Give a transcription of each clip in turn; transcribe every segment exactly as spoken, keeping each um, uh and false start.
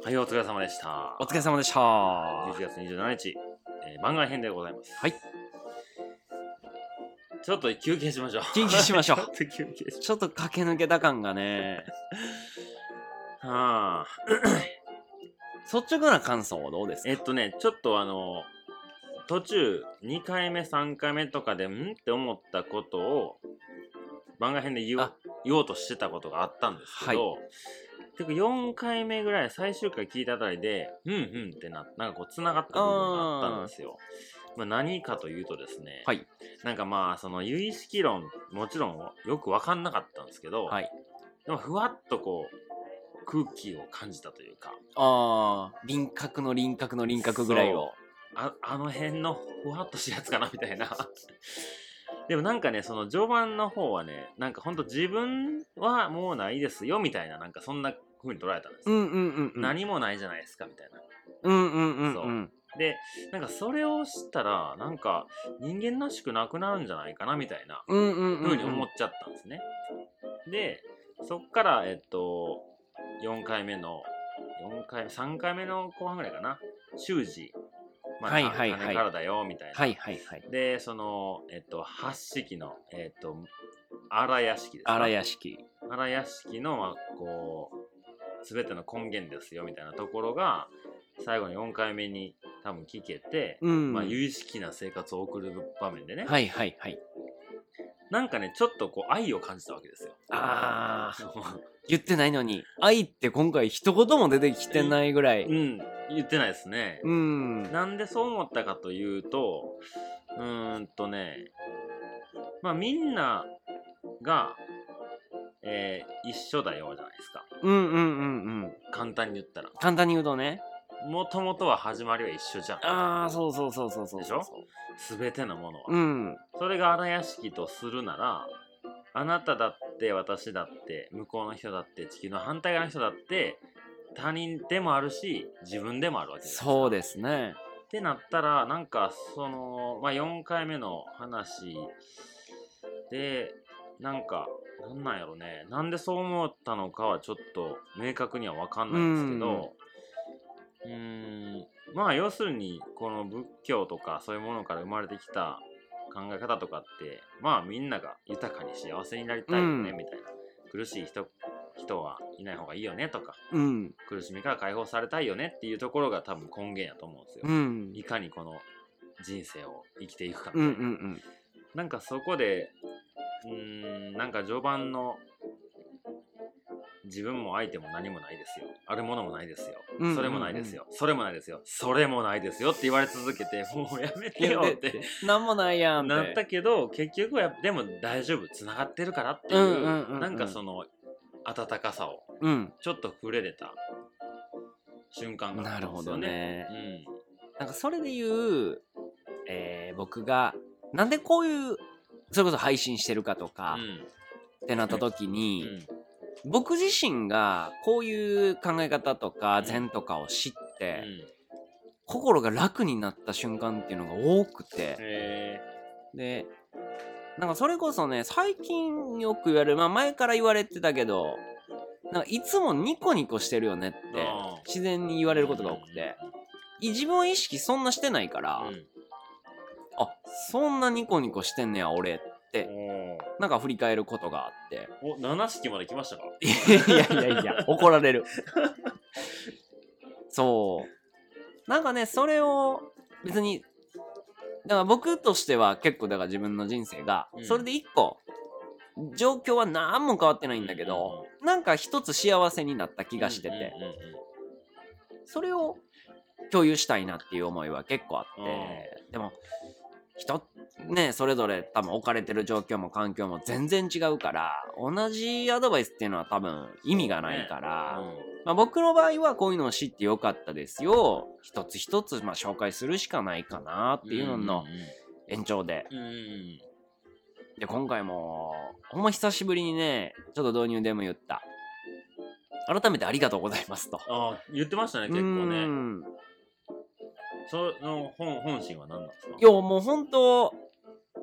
はい、お疲れ様でした。 お疲れ様でした。 じゅういちがつにじゅうしちにち、えー、番外編でございます。 はい。 ちょっと休憩しましょう。 休憩しましょう。 ちょっと休憩しちょっと駆け抜けた感がね。 はあ。 率直な感想はどうですか？ えっとね、ちょっとあの、途中にかいめ、さんかいめとかで、んって思ったことを、番外編で言おう言おうとしてたことがあったんですけど、はい、結構よんかいめぐらい最終回聞いたあたりで、うんうんってな、なんかこう繋がった部分があったんですよ。まあ、何かというとですね、 はい、 なんかまあその有意識論もちろんよく分かんなかったんですけど、はい、でもふわっとこう空気を感じたというか、 ああ、輪郭の輪郭の輪郭ぐらいを、 あ、あの辺のふわっとしたやつかなみたいな。でもなんかね、その序盤の方はね、なんかほんと自分はもうないですよみたいな、なんかそんな風に捉えたんですよ。 うんうんうんうん、 何もないじゃないですかみたいな。 うんうんうんうん。 そうで、なんかそれを知ったら、なんか人間らしくなくなるんじゃないかなみたいな風に思っちゃったんですね。で、そっからえっとよんかいめのよんかいめさんかいめの後半ぐらいかな、習字。まあ、はいはいはい、種からだよみたいな。 はいはいはい。 で、その、えっと、八式の、えっと、荒屋敷ですか。 荒屋敷。 荒屋敷の、まあ、こう、すべての根源ですよみたいなところが、最後のよんかいめに多分聞けて、うん、まあ、有意識な生活を送る場面でね。 はいはいはい。 なんかね、ちょっとこう、愛を感じたわけですよ。 ああ。言ってないのに、愛って今回一言も出てきてないぐらい。 うん、言ってないですね。 うん。 なんでそう思ったかというと、うーんとね、まあみんなが、えー、一緒だよじゃないですか。 うんうんうんうん。 簡単に言ったら。 簡単に言うとね。 もともとは始まりは一緒じゃん。 ああ、そうそうそうそうそう。 でしょ？すべてのものは。 うん。 それが荒屋敷とするなら、あなただって私だって向こうの人だって地球の反対側の人だって他人でもあるし自分でもあるわけです。 そうですね。 ってなったらなんかその、まあ、よんかいめの話でなんかなんなんやろね、なんでそう思ったのかはちょっと明確には分かんないんですけど、うーんまあ要するにこの仏教とかそういうものから生まれてきた考え方とかってまあみんなが豊かに幸せになりたいよね、うん、みたいな、苦しい人人はいない方がいいよねとか、うん、苦しみから解放されたいよねっていうところが多分根源やと思うんですよ、うん、いかにこの人生を生きていくかみたいな、うんうんうん、なんかそこでうーんなんか序盤の自分も相手も何もないですよ、あるものもないですよ、うんうんうん、それもないですよ、それもないですよ、それもないですよって言われ続けてもうやめてよってなんもないやんってなったけど、結局はでも大丈夫、つながってるからっていう、うんうんうんうん、なんかその温かさをちょっと触れれた瞬間があったんですよね。なるほどね、 うん、なんかそれで言う、えー、僕がなんでこういうそれこそ配信してるかとか、うん、ってなった時に、うん、僕自身がこういう考え方とか禅とかを知って、うん、心が楽になった瞬間っていうのが多くて、へー、でなんかそれこそね、最近よく言われる、まあ前から言われてたけど、なんかいつもニコニコしてるよねって自然に言われることが多くて、自分は意識そんなしてないから、うん、あ、そんなニコニコしてんねや俺ってなんか振り返ることがあって、 お、なな式まで来ましたか？ いやいやいや怒られるそうなんかね、それを別にだから僕としては結構だから自分の人生がそれで一個、うん、状況は何も変わってないんだけど、うん、なんか一つ幸せになった気がしてて、うんうんうんうん、それを共有したいなっていう思いは結構あって、うん、でも人ねそれぞれ多分置かれてる状況も環境も全然違うから同じアドバイスっていうのは多分意味がないから、ね、うん、まあ、僕の場合はこういうのを知ってよかったですよ一つ一つまあ紹介するしかないかなっていうのの延長で、うんうんうん、で今回もほんま久しぶりにねちょっと導入でも言った改めてありがとうございますと。 あ言ってましたね結構ね。その 本, 本心は何なんですか？ いやもう本当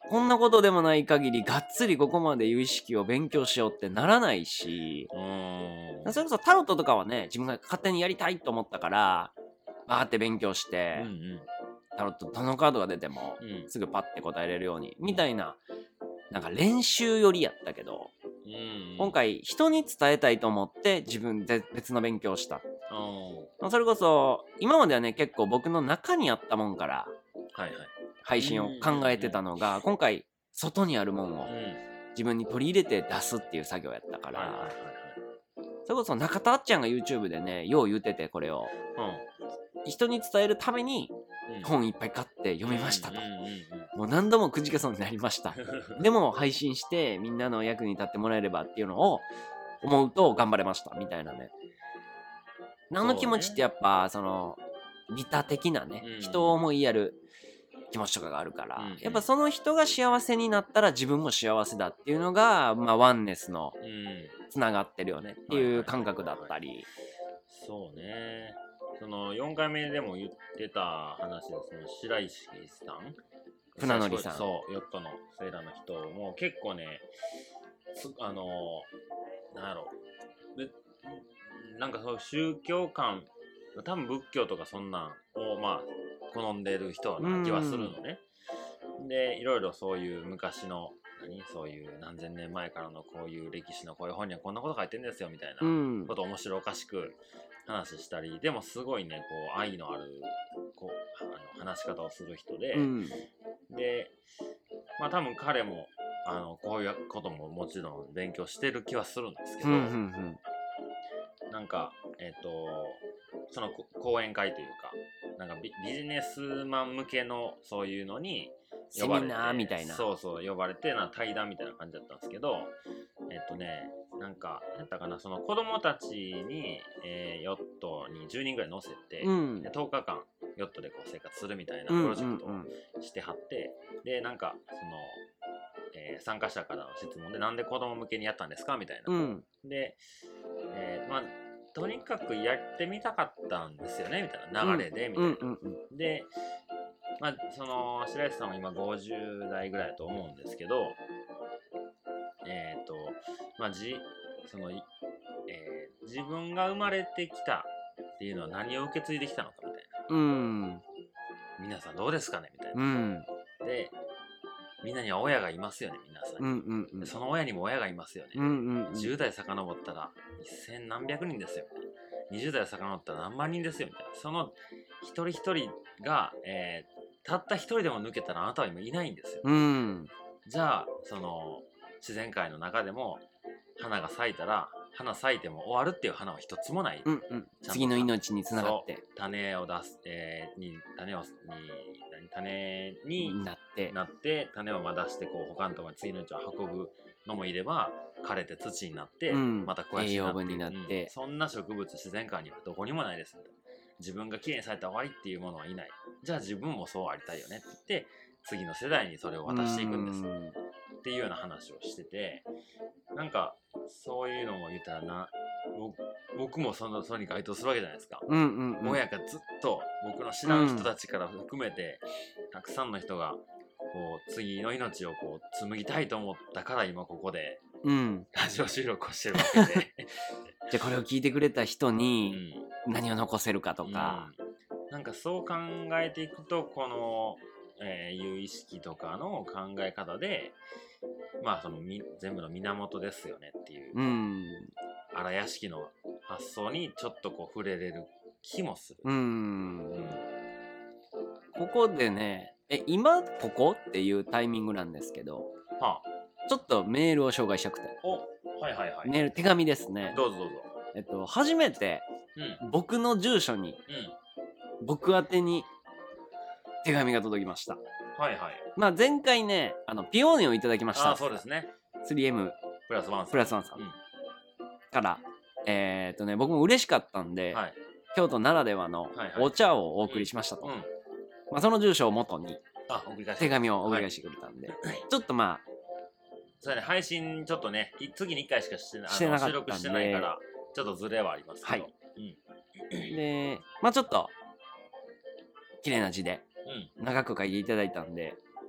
こんなことでもない限りがっつりここまで有意識を勉強しようってならないし、 うーんそれこそタロットとかはね、自分が勝手にやりたいと思ったからバーって勉強しうて、 んうんタロットどのカードが出てもうんすぐパッて答えれるようにみたいな、なんか練習よりやったけど、 うん今回人に伝えたいと思って自分で別の勉強をした。 うんそれこそ今まではね、結構僕の中にあったもんからはいはい配信を考えてたのが、今回外にあるもんをうん自分に取り入れて出すっていう作業やったかはいはいはいら、それこそ中田あっちゃんが YouTube でね、よう言うてて、これをはい人に伝えるためにうん本いっぱい買って読みましたと、 うんうんうんもう何度もくじけそうになりましたでも配信してみんなの役に立ってもらえればっていうのを思うと頑張れましたみたいなね。何の気持ちってやっぱその利他的なね、 うん人を思いやる気持ちとかがあるから、 うんやっぱその人が幸せになったら自分も幸せだっていうのが、まあ、ワンネスのうんつながってるよねっていう感覚だったり。 そうね。そのよんかいめでも言ってた話で、その白石さん船乗りさんそうヨットのセーラーの人も結構ね、つあのなんやろでなんかそういう宗教観、多分仏教とかそんなんをまあ好んでる人はな気はするのね。でいろいろそういう昔の何そういう何千年前からのこういう歴史のこういう本にはこんなこと書いてんですよみたいなうんことを面白おかしく話したり、でもすごいねこう愛のあるこうあの話し方をする人で、 うんでまあ多分彼もあのこういうことももちろん勉強してる気はするんですけど、 うんうんなんかえっ、とそのこ講演会というかなんかビビジネスマン向けのそういうのに呼ばれて、 セミナーみたいな。 そうそう呼ばれてな対談みたいな感じだったんですけど、えっとねなんかやったかな、その子供たちに、えーヨットにじゅうにんぐらい乗せて、 うんでとおかかんヨットでこう生活するみたいなプうんロジェクトをうんしてはって、でなんかその、えー参加者からの質問でなんで子供向けにやったんですかみたいな、 うんで、えーまあとにかくやってみたかったんですよねみたいな流れでみたいな、 うんうんうんでまあその白石さんは今ごじゅう代ぐらいだと思うんですけど、えっ、とまあじその、えー自分が生まれてきたっていうのは何を受け継いできたのかみたいな、 うん皆さんどうですかねみたいな、 うんでみんなには親がいますよね皆さんに、 うんうんうんでその親にも親がいますよね、 うんうんうんじゅう代遡ったら一千何百人ですよみたいな、にじゅう代遡ったら何万人ですよみたいな、その一人一人が、えーたった一人でも抜けたらあなたは今いないんですよ、 うんじゃあその自然界の中でも花が咲いたら花咲いても終わるっていう花は一つもない、 うんうん次の命につながってそう種を出す、えーに種をに何種になってなって種をまあ出してこう他のところに次の命を運ぶのもいれば枯れて土になって、 うんまた肥やしになって栄養分になってうんそんな植物自然界にはどこにもないですみたいな、自分がきれいにされたら終わりっていうものはいない、じゃあ自分もそうありたいよねって言って次の世代にそれを渡していくんですっていうような話をしてて、なんかそういうのも言ったらな僕もそのそれに該当するわけじゃないですか、 うんうんうん親がずっと僕の知らん人たちから含めて、たくさんの人がこう次の命をこう紡ぎたいと思ったから今ここでうんラジオ収録をしてるわけでじゃあこれを聞いてくれた人うにん何を残せるかとか、 うん、なんかそう考えていくとこの、えー、有意識とかの考え方でまあそのみ全部の源ですよねっていう、 うん荒屋敷の発想にちょっとこう触れれる気もする、 うんうんここでねえ今ここっていうタイミングなんですけど、 はあ、 ちょっとメールを紹介したくて、 おはいはいはい、 メール手紙ですね。 どうぞどうぞ、 えっと初めてうん僕の住所にうん僕宛てに手紙が届きました。 はいはい、 まあ前回ねあのピオーネをいただきました。 ああそうですね、 スリーエムプラスワンさんプラスワンさんうんから、えーっとね僕も嬉しかったんで、 はい京都ならではのはいはいお茶をお送りしましたと、 うんまあ、その住所を元にあ送り返して手紙を送り返してくれたんで、ちょっとまそれね配信ちょっとねい次にいっかいしかしてなあのしてなかったんで収録してないからちょっとズレはありますけど、 はいあでまあちょっと綺麗な字でうんうん長く書いていただいたんで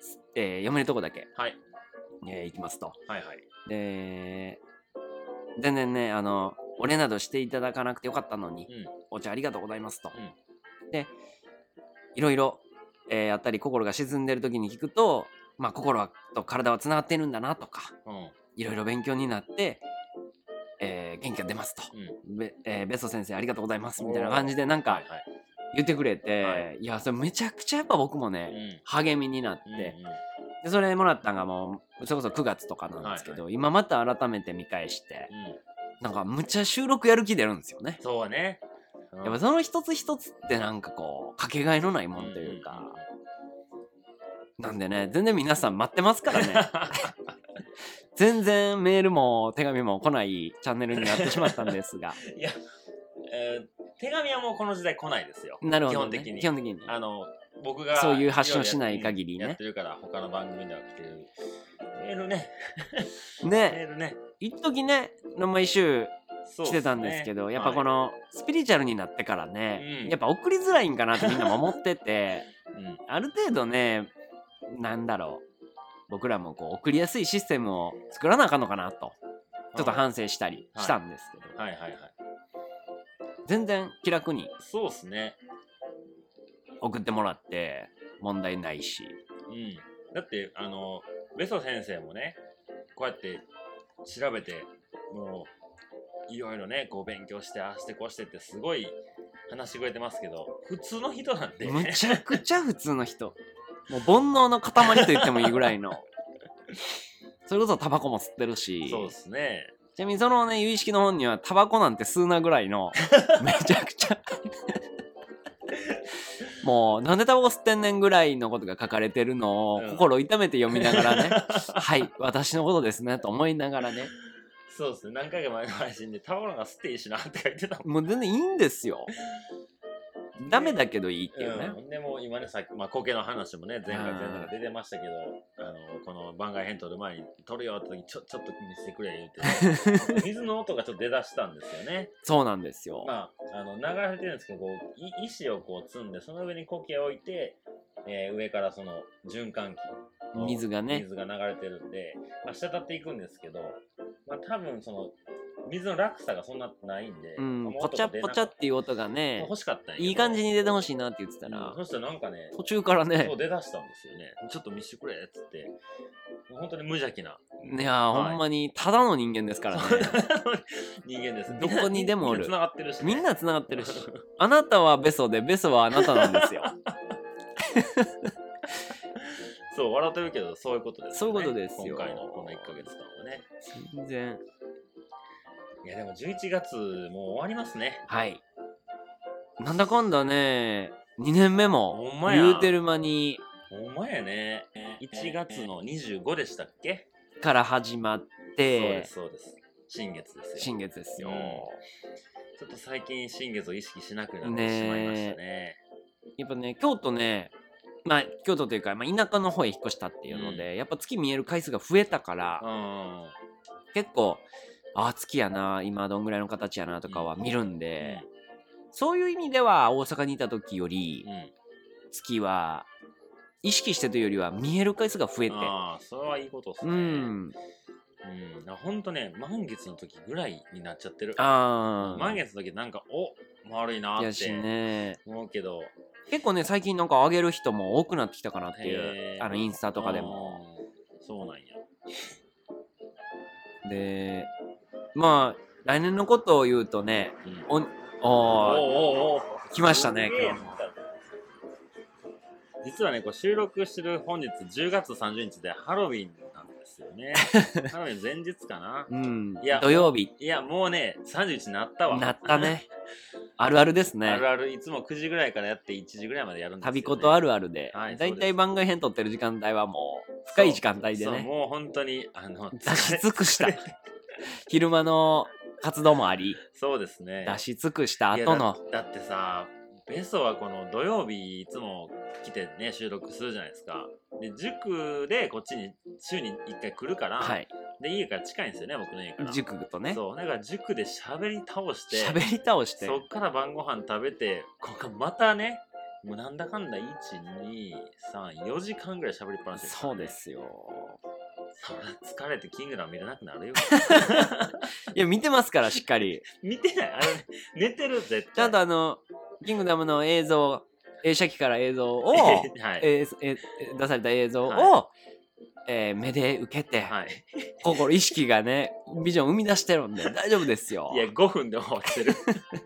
えー読めるとこだけ、 はいえーいきますと。 はいはい。 で、全然ね、あの、お礼などしていただかなくてよかったのに、 うんお茶ありがとうございますと。 うんで、いろいろ、えーあったり、心が沈んでる時に聞くと、まあ、心と体はつながってるんだなとか、 うんいろいろ勉強になって、えー元気が出ますと。 うん。 べえーベスト先生ありがとうございますみたいな感じでなんかはいはい。 言ってくれて、、 はいや、それめちゃくちゃやっぱ僕もうね、 ん励みになって、 うんうんで、それもらったんがもう、それこそくがつとかなんですけど、 は今また改めて見返して、 うん。 なんかむっちゃ収録やる気出るんですよね。 そうね。 やっぱその一つ一つってなんかこう、かけがえのないもんというか、 んんんなんでね、全然皆さん待ってますからね。全然メールも手紙も来ないチャンネルになってしまったんですが。 いや、えー手紙はもうこの時代来ないですよ。 なるほど、ね。 基本的に。 基本的に。 あの、僕がそういう発信をしない限りねやってるから他の番組では来てる。メールね。メね、 ールね。 一時ね、毎週そうっすね来てたんですけど、やっぱこ、のスピリチュアルになってからね、 うんやっぱ送りづらいんかなってみんなも思ってて、 はいうんある程度ね、なんだろう、僕らもこう送りやすいシステムを作らなあかんのかなと、ちょっと反省したりしたんですけど、 はいはいはい。 全然気楽にそうっすね。 送ってもらって問題ないし、 うん。だって、あの、ベソ先生もね、こうやって調べて、もう、いろいろね、こう勉強して、ああしてこうしてってすごい話してくれてますけど、普通の人なんで。 むちゃくちゃ普通の人、もう煩悩の塊と言ってもいいぐらいの、それこそタバコも吸ってるし、 そうですね。 ちなみにそのね、有意識の本にはタバコなんて吸うなぐらいのめちゃくちゃもうなんでタバコ吸ってんねんぐらいのことが書かれてるのをうん心痛めて読みながらね、はい私のことですねと思いながらね、 そうですね。何回か前の配信で、タバコなんか吸っていいしなって書いてたもん。 もう全然いいんですよ、ダメだけどいいっていうね、 うん、でも今ね、さっき、まあ、コケの話もね、前回前々が出てましたけど、あの、この番外編撮る前に、撮るよって時に、ちょ、ちょっと見せてくれ言って、水の音がちょっと出だしたんですよね。 そうなんですよ、 まあ、あの、流れてるんですけど、こう、い石をこう積んで、その上に苔を置いて、えー上からその循環器の水がね水が流れてるんで、まあ、滴っていくんですけど、まあ、多分その、水の落差がそんなないんで、 うんもうポチャポチャっていう音が音ね欲しかったんやけどいい感じに出てほしいなって言ってたら、 うんそしたらなんかね、 途中からねそう出だしたんですよね。ちょっと見せてくれっつって、もう本当に無邪気な。 いやー、 はいほんまにただの人間ですからね人間です。 どこにでもおるみんな繋がってるし、ね。 みんな繋がってるし、あなたはベソでベソはあなたなんですよそう、笑ってるけど、そういうことですよね。 そういうことですよ今回のこのいっかげつかんはね。 全然いや、でもじゅういちがつもう終わりますね。 はいなんだかんだねにねんめもほんまや言うてる間にほんまやね。いちがつのにじゅうごでしたっけ？ から始まっそうでてす、そうです。新月ですよ。 新月ですよ、 うんちょっと最近新月を意識しなくなってしまいましたね。 やっぱね京都ねまあ京都というか、まあ、田舎の方へ引っ越したっていうので、やっぱ月見える回数が増えたから、 うん。 結構ああ月やな今どんぐらいの形やなとかは見るんで、そういう意味では大阪にいた時よりうん。 月は意識してというよりは見える回数が増えて、 ああ、それはいいことですうね。 んうん。ほんとね、満月の時ぐらいになっちゃってる。 あ満月の時なんか、お悪いなーっあやしてね思うけど、 結構ね最近なんか上げる人も多くなってきたかなっていうへーあのインスタとかでも。 うん。そうなんや。 でまあ来年のことを言うとねうん、 おおーおうおうおう来ましたねすげえ今日も実はね、こう収録してる本日じゅうがつさんじゅうにちでハロウィンなんですよね。ハロウィン前日かな。 うんいや土曜日いや、もうね、さんじゅういちになったわ。 なったねあるあるですねあるある、いつもくじぐらいからやっていちじぐらいまでやるんですよ、ね。 旅ことあるあるで、 はいだいたい番外編撮ってる時間帯はもう深い時間帯でそう、 ねもう本当に、あの、 出し尽くした疲れて昼間の活動もありそうですね。 出し尽くしたいや後のだだってさ、ベソはこの土曜日いつも来てね、収録するじゃないですか。で、塾でこっちに週にいっかい来るから、 はいで、家から近いんですよね、僕の家から。 塾とねそう、だから塾で喋り倒して、 喋り倒してそっから晩ご飯食べて、ここまたね、 もうなんだかんだいち、に、さん、よじかんぐらい喋りっぱなしですからね。 そうですよ。 そりゃ疲れてキングダム見れなくなるよ。 いや見てますからしっかり。 見てないあれ、ね、寝てる絶対。 ちゃんとあのキングダムの映像、映写機から映像を、 はいえーえー出された映像を、 はえー目で受けて、 はい。 心意識がねビジョン生み出してるんで大丈夫ですよ。 いや、ごふんで終わってる。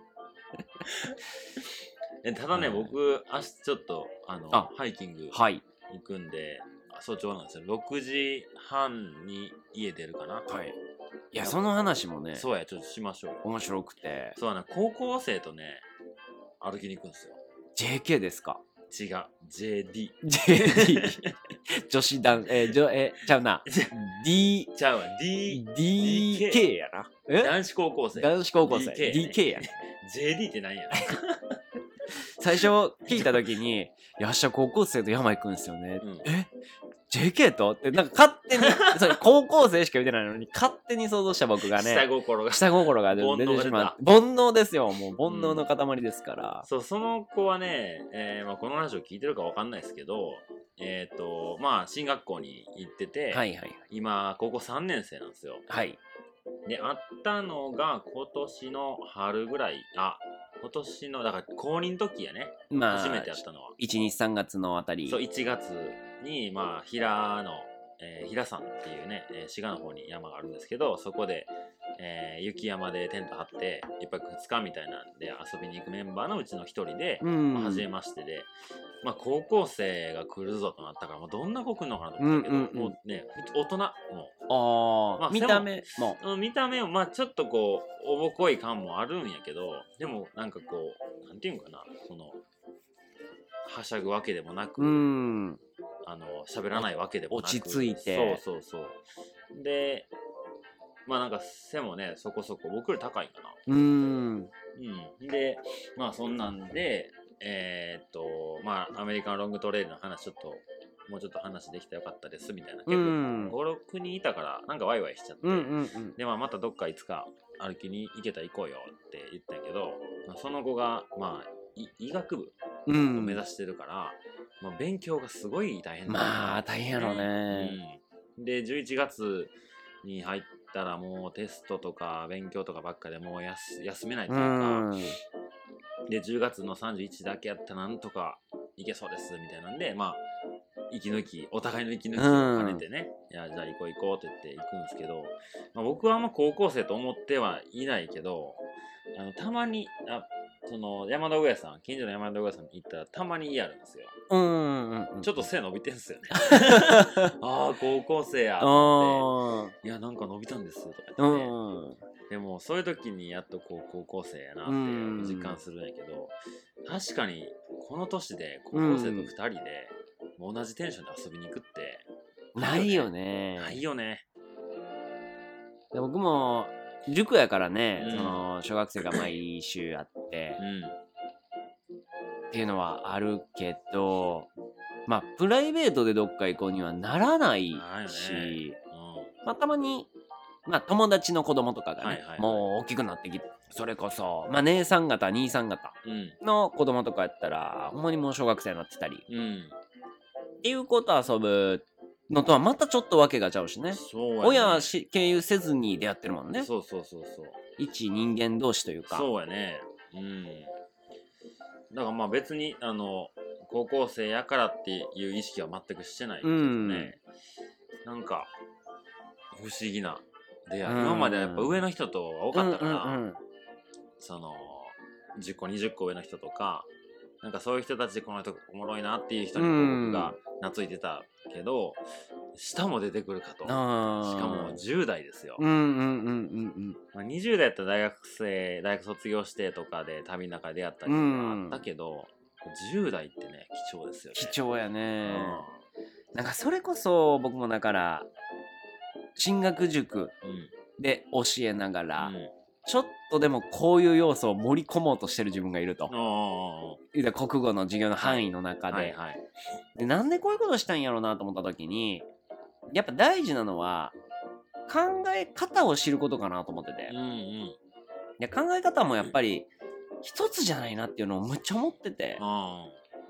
えただね、 はい僕、明日ちょっと、あの、 あハイキングはい行くんで、早朝なんですよ。ろくじはんに家出るかな。 はい。いやその話もねそうや、ちょっとしましょうよ。 面白くて、 そうやな、高校生とね、歩きに行くんですよ。 ジェーケー ですか？ 違う、ジェーディー。 ジェーディー 女子団えー、女えーちゃうな D ちゃうわ、D、 ディーケー やな。え男子高校生。 男子高校生ディーケーディーケー やね。 ジェーディー って何や。 最初聞いた時に「いや明日高校生と山行くんですよね」 うんえ ジェーケー とってなんか勝手にそれ高校生しか見てないのに勝手に想像した僕がね下心が。 下心が出煩悩が出たてしまう煩悩ですよ。もう煩悩の塊ですから、 そう、その子はね、えーまあ、このラジオ聞いてるかわかんないですけど、えっ、と、まあ、進学校に行ってて、 はいはい今、高校さんねん生なんですよ。 はいで、会ったのが今年の春ぐらい、あ、今年の、だから高にの時やね、 まあ初めて会ったのは。 いちにちさんがつのあたりそう、いちがつに、まあ、平の、えー、平山っていうね、えー滋賀の方に山があるんですけど、そこで、えー雪山でテント張って、いっぱいふつかみたいなんで遊びに行くメンバーのうちの一人で、 うんまあ、初めましてで、まあ、高校生が来るぞとなったから、もうどんな子来るのかなと思ったけど、 うんうんうんもうね、大人、もあー、 まあ見た目もう、うん見た目も、まあ、ちょっとこう、おぼこい感もあるんやけど、でも、なんかこう、なんていうんかな、その、はしゃぐわけでもなく、 うんあの喋らないわけでもなく落ち着いてそうそうそうでまあなんか背もねそこそこ僕より高いかなうんうんでまあそんなんでえー、っとまあアメリカンロングトレイルの話ちょっともうちょっと話できたらよかったですみたいな結構うんごろくにんいたからなんかワイワイしちゃって、 うんうんうんでまあまたどっかいつか歩きに行けたら行こうよって言ったんやけど、まあ、その子がまあい医学部うをん目指してるから、まあ、勉強がすごい大変だまあ大変やろね、 うん、でじゅういちがつに入ったらもうテストとか勉強とかばっかでもうやす休めないといううか、 んでじゅうがつのさんじゅういちだけやったらなんとかいけそうですみたいなんでまあ息抜きお互いの息抜きを兼ねてね、いやじゃあ行こう行こうって言って行くんですけど、まあ、僕はあんま高校生と思ってはいないけどあのたまにあその山田具屋さん近所の山田具屋さんに行ったらたまにやるんですよ。 うんうんうんちょっと背伸びてんすよね。ああ高校生やと思っていやなんか伸びたんですとか言って、ね、 うんでもそういう時にやっとこう高校生やなって実感するんやけど、確かにこの年で高校生とふたりでもう同じテンションで遊びに行くってないよね。 ないよね。 で僕も塾やからね、 うんその小学生が毎週あって、 うんっていうのはあるけど、まあプライベートでどっか行こうにはならないないよし、 ねまあたまにまあ友達の子供とかがね、 はいはいはいもう大きくなってきて、それこそまあ姉さん方兄さん方うんの子供とかやったらほんまにもう小学生になってたりうんっていう子と遊ぶのとはまたちょっとわけがちゃうしね。 そうやね親はし経由せずに出会ってるもんね。 そうそうそうそう一人間同士というか。 そうやね。うん。だからまあ別にあの高校生やからっていう意識は全くしてないけどね。なんか不思議な出会い。 うん今まではやっぱ上の人と多かったから、 うんうんうんそのじゅっこにじゅっこ上の人とか、なんかそういう人たちでこの人おもろいなっていう人にこう僕が懐いてたけど、下も出てくるかと。しあかもじゅう代ですよ。 うんうんうんうんうんまあ、にじゅう代やったら大学生大学卒業してとかで旅の中で出会ったりとかあったけど、じゅう代ってね貴重ですよね。 貴重やね、 うなんかそれこそ僕もだから進学塾んうんで教えながら、 うんちょっとでもこういう要素を盛り込もうとしてる自分がいると。 お言うたら国語の授業の範囲の中で、 ーはいはいでなんでこういうことしたんやろうなと思った時にやっぱ大事なのは考え方を知ることかなと思ってて、 うんうんいや考え方もやっぱり一つじゃないなっていうのをむっちゃ思ってて、 あ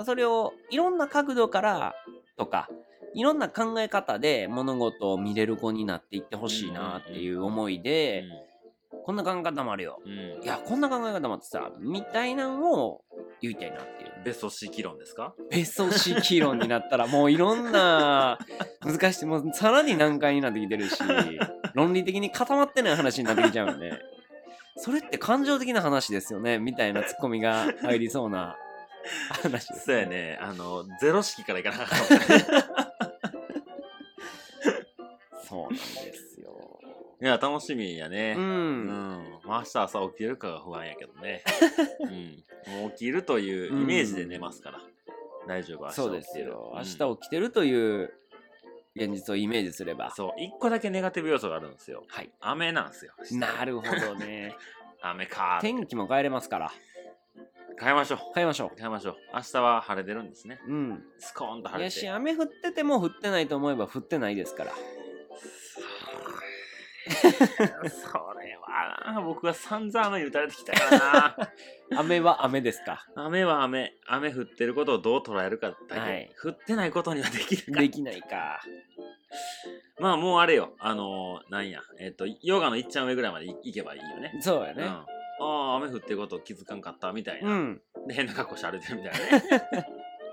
それをいろんな角度からとかいろんな考え方で物事を見れる子になっていってほしいなっていう思いで、こんな考え方もあるよ、 うん、 いやこんな考え方もあってさみたいなのを言いたいなっていう。 ベソ式論ですか？ ベソ式論になったらもういろんな難しい、もうさらに難解になってきてるし論理的に固まってない話になってきちゃうよね。それって感情的な話ですよねみたいなツッコミが入りそうな話です、ね。 そうやね、あのゼロ式からいかなかったそうなんですよ。 いや楽しみやね。 うん、 うんまあ、明日朝起きれるかが不安やけどね、うん、もう起きるというイメージで寝ますから、うん、大丈夫。明日起きてる。 そうですよ、明日起きてるという現実をイメージすれば。 そう一個だけネガティブ要素があるんですよ。 はい、 雨なんですよ。 なるほどね雨か。 天気も変えれますから変えましょう変えましょう変えましょう。明日は晴れてるんですね。 うん、 スコーンと晴れて。 いやし雨降ってても降ってないと思えば降ってないですからそれはな、僕は散々雨に打たれてきたからな雨は雨ですか？ 雨は雨雨降ってることをどう捉えるかだけ、はい、降ってないことにはできないかできないか。 まあもうあれよ、あのー、なんやえっ、ー、とヨガのいっちゃん上ぐらいまで行けばいいよね。 そうやね、うん、 ああ雨降ってることを気づかんかったみたいな、うん、で変な格好して歩いてるみたいなね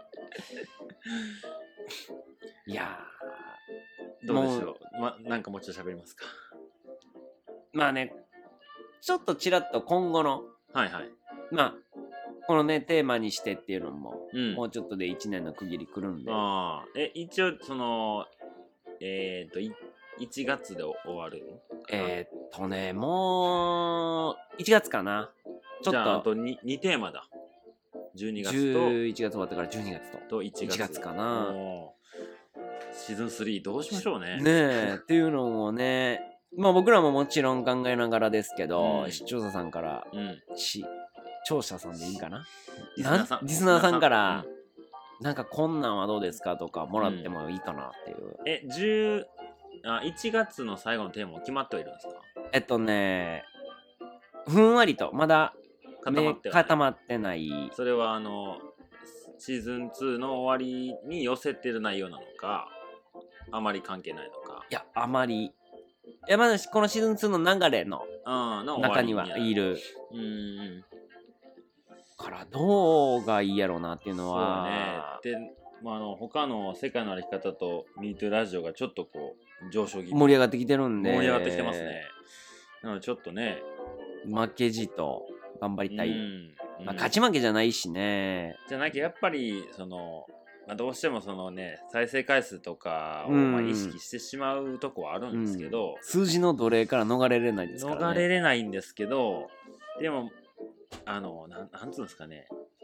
いやーどうでしょう、ま、なんかもうちょっと喋りますか。 まあね、ちょっとちらっと今後の、 はいはい、 まあこのねテーマにしてっていうのも、うん、もうちょっとでいちねんの区切り来るんで。 あえ一応そのえっ、ー、といちがつで終わる？ えー、っとねもういちがつかな。ちょっとじゃああと 2, 2テーマだ。じゅうにがつとじゅういちがつ終わってからじゅうにがつとといちがつ、 いちがつかな。 シーズンスリーどうしましょうね。 ねえっていうのもね、まあ僕らももちろん考えながらですけど、うん、視聴者さんから、うん、視聴者さんでいいかな、リスナーさん、リスナーさんから、うん、なんかこんなんはどうですかとかもらってもいいかなっていう、うん、 えじゅうあいちがつの最後のテーマは決まってはいるんですか？ えっとねふんわりとまだ固まってはない。 固まってない。 それはあのシーズンツーの終わりに寄せてる内容なのかあまり関係ないのか。 いやあまり、いやまだこのシーズンツーの流れの中にはいる、うん、うんからどうがいいやろうなっていうのは。 そうね。で、まあ、あの他の世界の歩き方と MeToo ラジオがちょっとこう上昇気味盛り上がってきてるんで。 盛り上がってきてますね。なのでちょっとね負けじと頑張りたい、 うんうん、 まあ、勝ち負けじゃないしね。 じゃなきゃやっぱりその、まあ、どうしてもそのね再生回数とかをまあ意識してしまうとこはあるんですけど、 うん、数字の奴隷から逃れれないですからね。 逃れれないんですけど、でもあのなん、なんつうんですかね、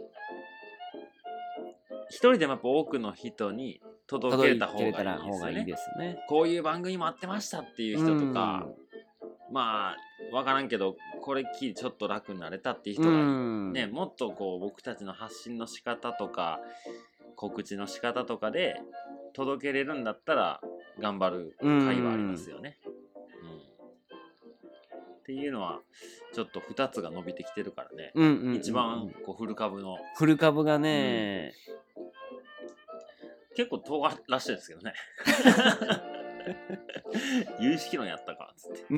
一人でもやっぱ多くの人に届けた方がいいですよね。いいですね。こういう番組待ってましたっていう人とか、うん、まあ分からんけどこれ聞いてちょっと楽になれたっていう人が、ね、もっとこう僕たちの発信の仕方とか告知の仕方とかで届けれるんだったら頑張る会はありますよね。うんうん、っていうのはちょっとふたつが伸びてきてるからね、うんうんうんうん、一番こうフル株のフル株がね、 うん、結構遠らしいですけどね有識論やったかっつって、 うん、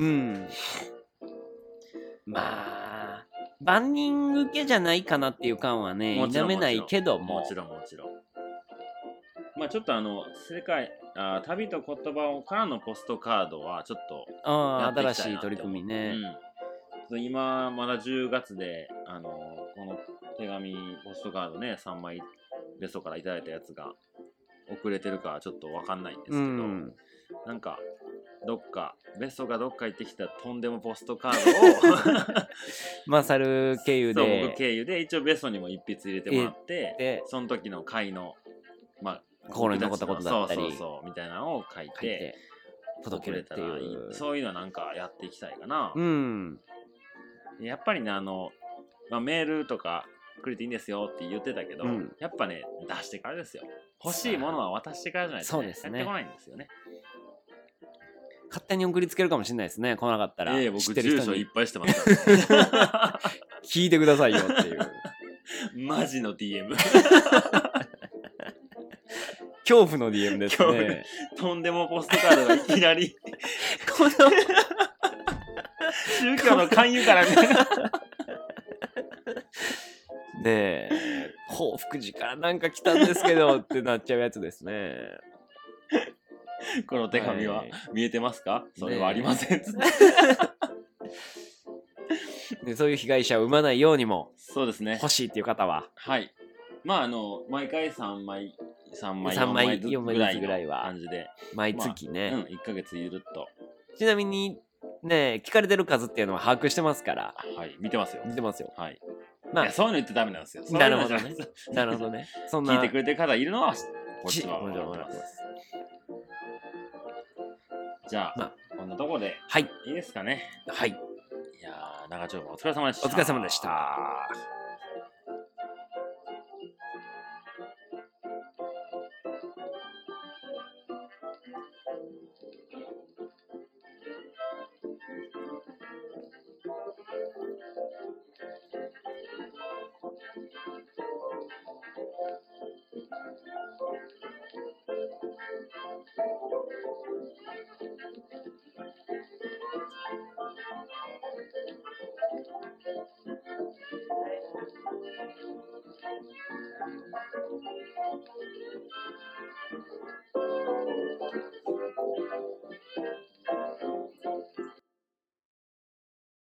まあ万人受けじゃないかなっていう感はね否めないけども、 もちろんもちろんまあちょっとあの世界あ旅と言葉をからのポストカードはちょっとやっていきたいなって新しい取り組みね、 うん、今まだじゅうがつであのこの手紙ポストカードねさんまいベストからいただいたやつが遅れてるかちょっと分かんないんですけど、うん、なんかどっかベストがどっか行ってきたとんでもポストカードをマサル経由でそう僕経由で一応ベストにも一筆入れてもらってその時の回のまあ心に残ったことだったりそうそうそうみたいなのを書いて、書いて届けれたらいい。そういうのはなんかやっていきたいかな、うん、やっぱりねあの、まあ、メールとかくれていいんですよって言ってたけど、うん、やっぱね出してからですよ。欲しいものは渡してからじゃないと、ね、そうですね、やってこないんですよね。 勝手に送りつけるかもしれないですね。来なかったら。 ええ、僕住所いっぱいしてますから、ね、 聞いてくださいよっていうマジの ディーエム恐怖の ディーエム ですね。 とんでもポストカードがいきなりこの宗教の勧誘からみたいな。 ねえ、報復寺からなんか来たんですけどってなっちゃうやつですね。 この手紙ははい見えてますか？それはありません。 でそういう被害者を生まないようにもそうですね。 欲しいっていう方ははい。まああの毎回さんまいさんまいさんまいよんまいずつよんまいぐらいずつぐらいはの感じで、 毎月ね、 うん、いっかげつゆるっと、 ちなみにね聞かれてる数っていうのは把握してますからはい見てますよ。 見てますよ。 はい。 まいやそういうの言ってダメなんですよ。 なるほどねそういうのじゃないですなるほどね。そんな聞いてくれてる方いるのはこっちはもちろん分かってま。 もちろんですじゃあ、 まこんなところではいいいですかね。 はいいやー長丁場お疲れ様でした。 お疲れ様でした。